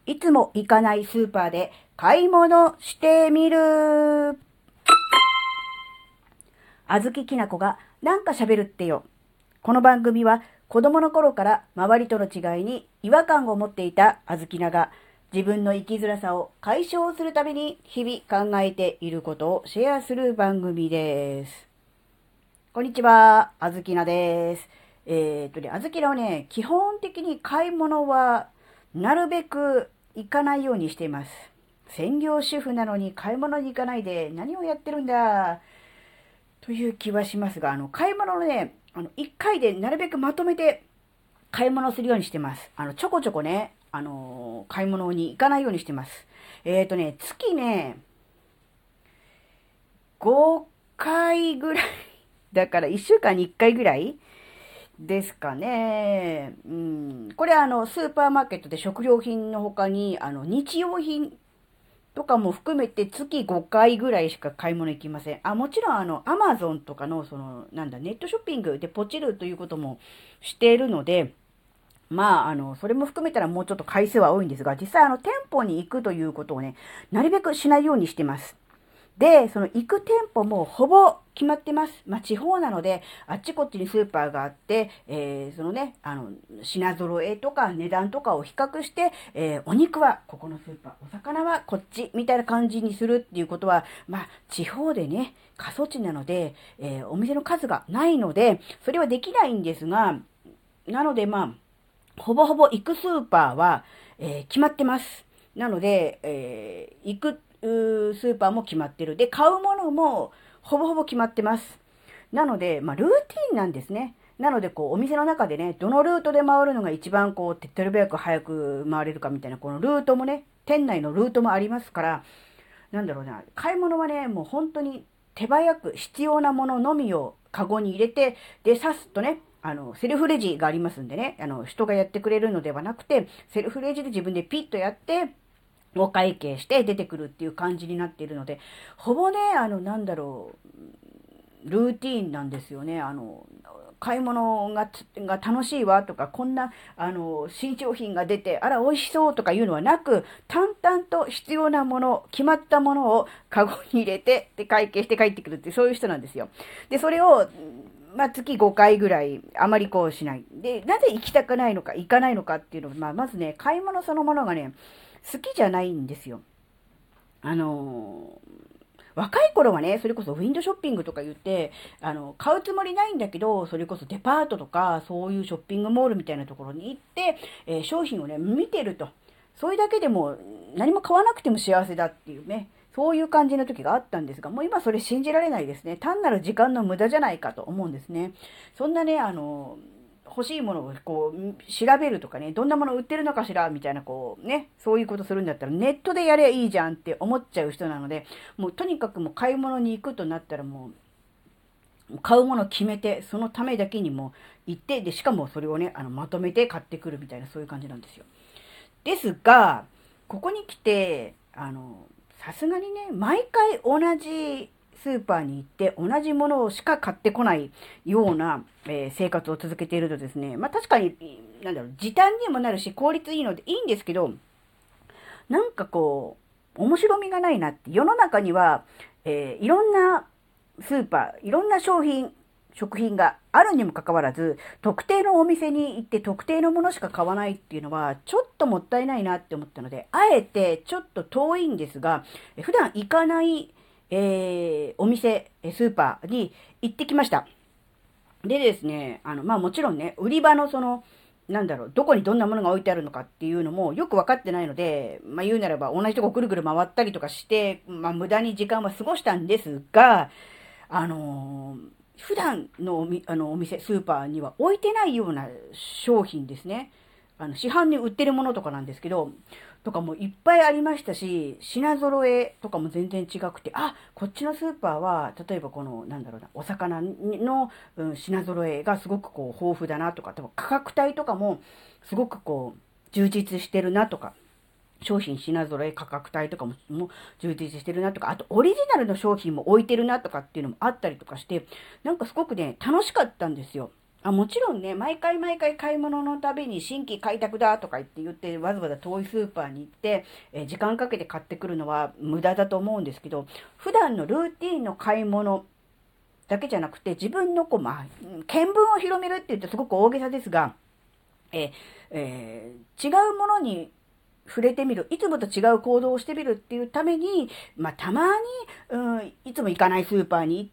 いつも行かないスーパーで買い物してみる。あずききなこがなんか喋るってよ。この番組は子供の頃から周りとの違いに違和感を持っていたあずきなが自分の生きづらさを解消するために日々考えていることをシェアする番組です。こんにちは、あずきなです。あずきなはね、基本的に買い物はなるべく行かないようにしています。専業主婦なのに買い物に行かないで何をやってるんだという気はしますが、買い物のね、1回でなるべくまとめて買い物をするようにしてます。ちょこちょこね、買い物に行かないようにしてます。月ね、5回ぐらい、だから1週間に1回ぐらいですかね。これスーパーマーケットで食料品の他に、日用品とかも含めて月5回ぐらいしか買い物行きません。もちろんアマゾンとかの、ネットショッピングでポチるということもしているので、それも含めたらもうちょっと回数は多いんですが、実際店舗に行くということをね、なるべくしないようにしてます。で、その行く店舗もほぼ決まってます。地方なので、あっちこっちにスーパーがあって、品揃えとか値段とかを比較して、お肉はここのスーパー、お魚はこっち、みたいな感じにするっていうことは、地方でね、過疎地なので、お店の数がないので、それはできないんですが、なのでほぼほぼ行くスーパーは、決まってます。なので、行くスーパーも決まってる。で、買うものもほぼほぼ決まってます。なので、ルーティンなんですね。なので、お店の中でね、どのルートで回るのが一番手っ取り早く早く回れるかみたいな、このルートもね、店内のルートもありますから、買い物はね、もう本当に手早く必要なもののみをカゴに入れて、で、さすとね、セルフレジがありますんでね、人がやってくれるのではなくて、セルフレジで自分でピッとやって、お会計して出てくるっていう感じになっているので、ほぼね、ルーティーンなんですよね。買い物が楽しいわとか、こんな、新商品が出て、あら、美味しそうとかいうのはなく、淡々と必要なもの、決まったものをカゴに入れて、で、会計して帰ってくるっていう、そういう人なんですよ。で、それを、月5回ぐらい、あまりしない。で、なぜ行きたくないのか、行かないのかっていうのは、まずね、買い物そのものがね、好きじゃないんですよ。若い頃はね、それこそウィンドウショッピングとか言って、買うつもりないんだけど、それこそデパートとか、そういうショッピングモールみたいなところに行って、商品をね、見てると。それだけでも何も買わなくても幸せだっていうね、そういう感じの時があったんですが、もう今それ信じられないですね。単なる時間の無駄じゃないかと思うんですね。そんなね、欲しいものを調べるとかね、どんなもの売ってるのかしらみたいなそういうことするんだったらネットでやればいいじゃんって思っちゃう人なので、もうとにかくもう買い物に行くとなったらもう、買うものを決めて、そのためだけにも行って、で、しかもそれをね、まとめて買ってくるみたいな、そういう感じなんですよ。ですが、ここに来て、さすがにね、毎回同じスーパーに行って同じものしか買ってこないような、生活を続けているとですね、確かに、時短にもなるし効率いいのでいいんですけど、面白みがないなって。世の中には、いろんなスーパー、いろんな食品があるにもかかわらず、特定のお店に行って特定のものしか買わないっていうのは、ちょっともったいないなって思ったので、あえてちょっと遠いんですが、普段行かない、お店、スーパーに行ってきました。でですね、もちろんね、売り場のどこにどんなものが置いてあるのかっていうのもよくわかってないので、言うならば同じとこぐるぐる回ったりとかして、無駄に時間は過ごしたんですが、普段のお店、スーパーには置いてないような商品ですね。市販に売ってるものとかなんですけど、とかもいっぱいありましたし、品揃えとかも全然違くて、こっちのスーパーは、例えばお魚の、品揃えがすごく豊富だなとか、多分価格帯とかもすごく充実してるなとか、商品品揃え価格帯とかも充実してるなとか、あとオリジナルの商品も置いてるなとかっていうのもあったりとかして、すごくね、楽しかったんですよ。 もちろんね、毎回毎回買い物のたびに新規開拓だとか言ってわざわざ遠いスーパーに行って、時間かけて買ってくるのは無駄だと思うんですけど、普段のルーティンの買い物だけじゃなくて、自分の見聞を広めるって言うとすごく大げさですが、違うものに触れてみる、いつもと違う行動をしてみるっていうために、たまに、いつも行かないスーパーに行って、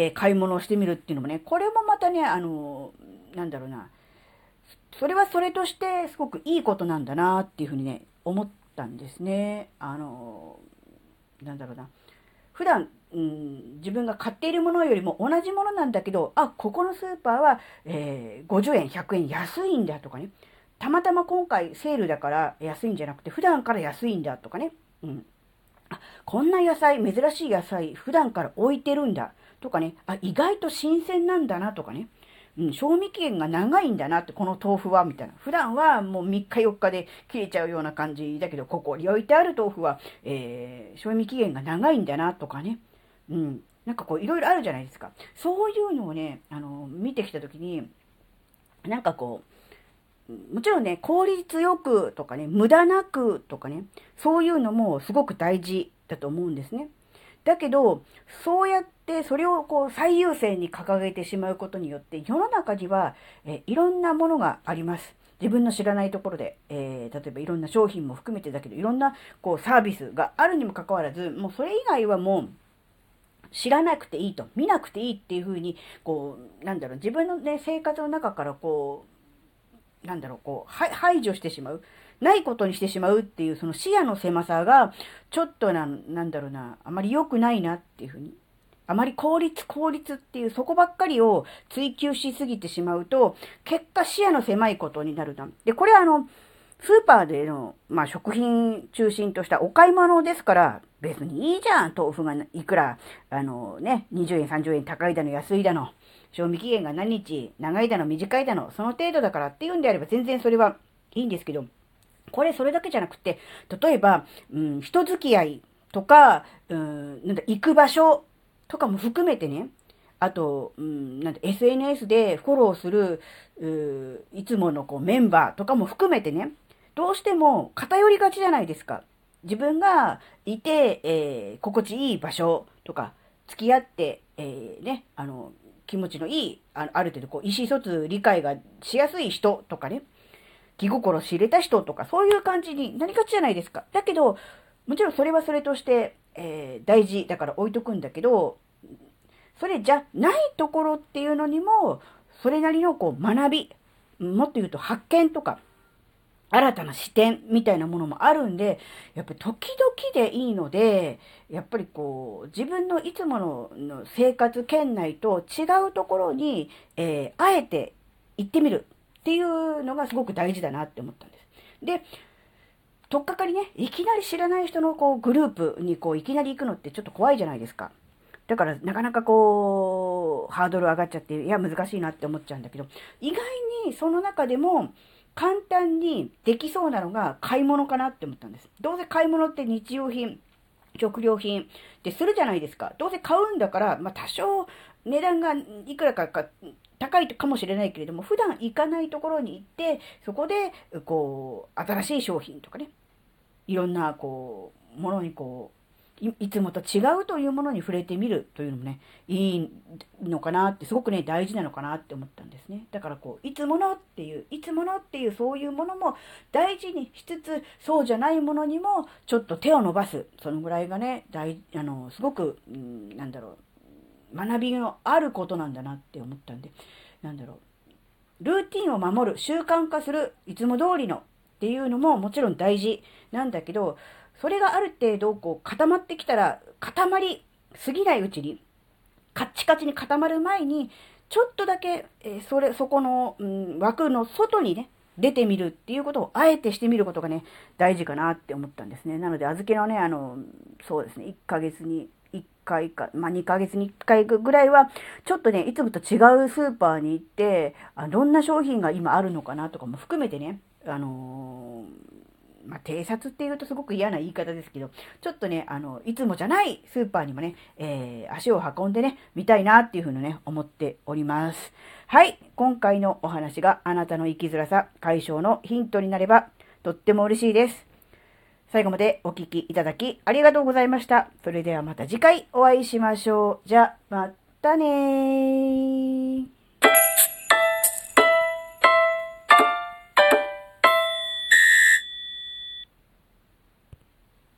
買い物をしてみるっていうのもね、これもまたね、なんだろうな、それはそれとしてすごくいいことなんだなっていうふうにね、思ったんですね。なんだろうな。普段、自分が買っているものよりも同じものなんだけど、ここのスーパーは、50円、100円安いんだとかね。たまたま今回セールだから安いんじゃなくて、普段から安いんだとかね。こんな野菜、珍しい野菜、普段から置いてるんだとかね。意外と新鮮なんだなとかね。賞味期限が長いんだなって、この豆腐は、みたいな。普段はもう3日4日で切れちゃうような感じだけど、ここに置いてある豆腐は、賞味期限が長いんだなとかね。なんかこう、いろいろあるじゃないですか。そういうのをね、見てきたときに、なんかこう、もちろんね、効率よくとかね、無駄なくとかね、そういうのもすごく大事だと思うんですね。だけど、そうやってそれをこう最優先に掲げてしまうことによって、世の中には、いろんなものがあります。自分の知らないところで、例えばいろんな商品も含めてだけど、いろんなこうサービスがあるにもかかわらず、もうそれ以外はもう、知らなくていいと、見なくていいっていうふうに、こう、自分のね、生活の中からこう、排除してしまう。ないことにしてしまうっていう、その視野の狭さが、ちょっとあまり良くないなっていうふうに。あまり効率っていう、そこばっかりを追求しすぎてしまうと、結果視野の狭いことになるな。で、これスーパーでの、食品中心としたお買い物ですから、別にいいじゃん、豆腐がいくら、20円、30円高いだの、安いだの、賞味期限が何日、長いだの、短いだの、その程度だからっていうんであれば全然それはいいんですけど、それだけじゃなくて、例えば、人付き合いとか、行く場所とかも含めてね、あと、SNS でフォローする、いつものこうメンバーとかも含めてね、どうしても偏りがちじゃないですか。自分がいて、心地いい場所とか、付き合って、気持ちのいい、ある程度こう、意思疎通、理解がしやすい人とかね、気心知れた人とか、そういう感じになりがちじゃないですか。だけど、もちろんそれはそれとして、大事だから置いとくんだけど、それじゃないところっていうのにも、それなりのこう学び、もっと言うと発見とか、新たな視点みたいなものもあるんで、やっぱり時々でいいので、やっぱりこう、自分のいつもの生活圏内と違うところに、あえて行ってみるっていうのがすごく大事だなって思ったんです。で、とっかかりね、いきなり知らない人のこうグループにこういきなり行くのってちょっと怖いじゃないですか。だからなかなかこう、ハードル上がっちゃって、いや難しいなって思っちゃうんだけど、意外にその中でも簡単にできそうなのが買い物かなって思ったんです。どうせ買い物って日用品、食料品ってするじゃないですか。どうせ買うんだから、多少値段がいくらか高いかもしれないけれども、普段行かないところに行って、そこで、こう、新しい商品とかね、いろんな、こう、ものにこう、いつもと違うというものに触れてみるというのもね、いいのかなって、すごくね、大事なのかなって思ったんですね。だからこう、いつものっていう、そういうものも大事にしつつ、そうじゃないものにも、ちょっと手を伸ばす。そのぐらいがね、すごく、学びのあることなんだなって思ったんで、ルーティンを守る、習慣化する、いつも通りのっていうのももちろん大事なんだけど、それがある程度こう固まってきたら、固まりすぎないうちに、カッチカチに固まる前に、ちょっとだけ、そこの、枠の外にね、出てみるっていうことをあえてしてみることがね、大事かなって思ったんですね。なので、預けのね、そうですね、1ヶ月に1回か、2ヶ月に1回ぐらいは、ちょっとね、いつもと違うスーパーに行って、どんな商品が今あるのかなとかも含めてね、 偵察っていうとすごく嫌な言い方ですけど、ちょっとね、いつもじゃないスーパーにもね、足を運んでね、見たいなっていうふうにね、思っております。はい。今回のお話があなたの生きづらさ解消のヒントになれば、とっても嬉しいです。最後までお聞きいただきありがとうございました。それではまた次回お会いしましょう。じゃあ、またねー。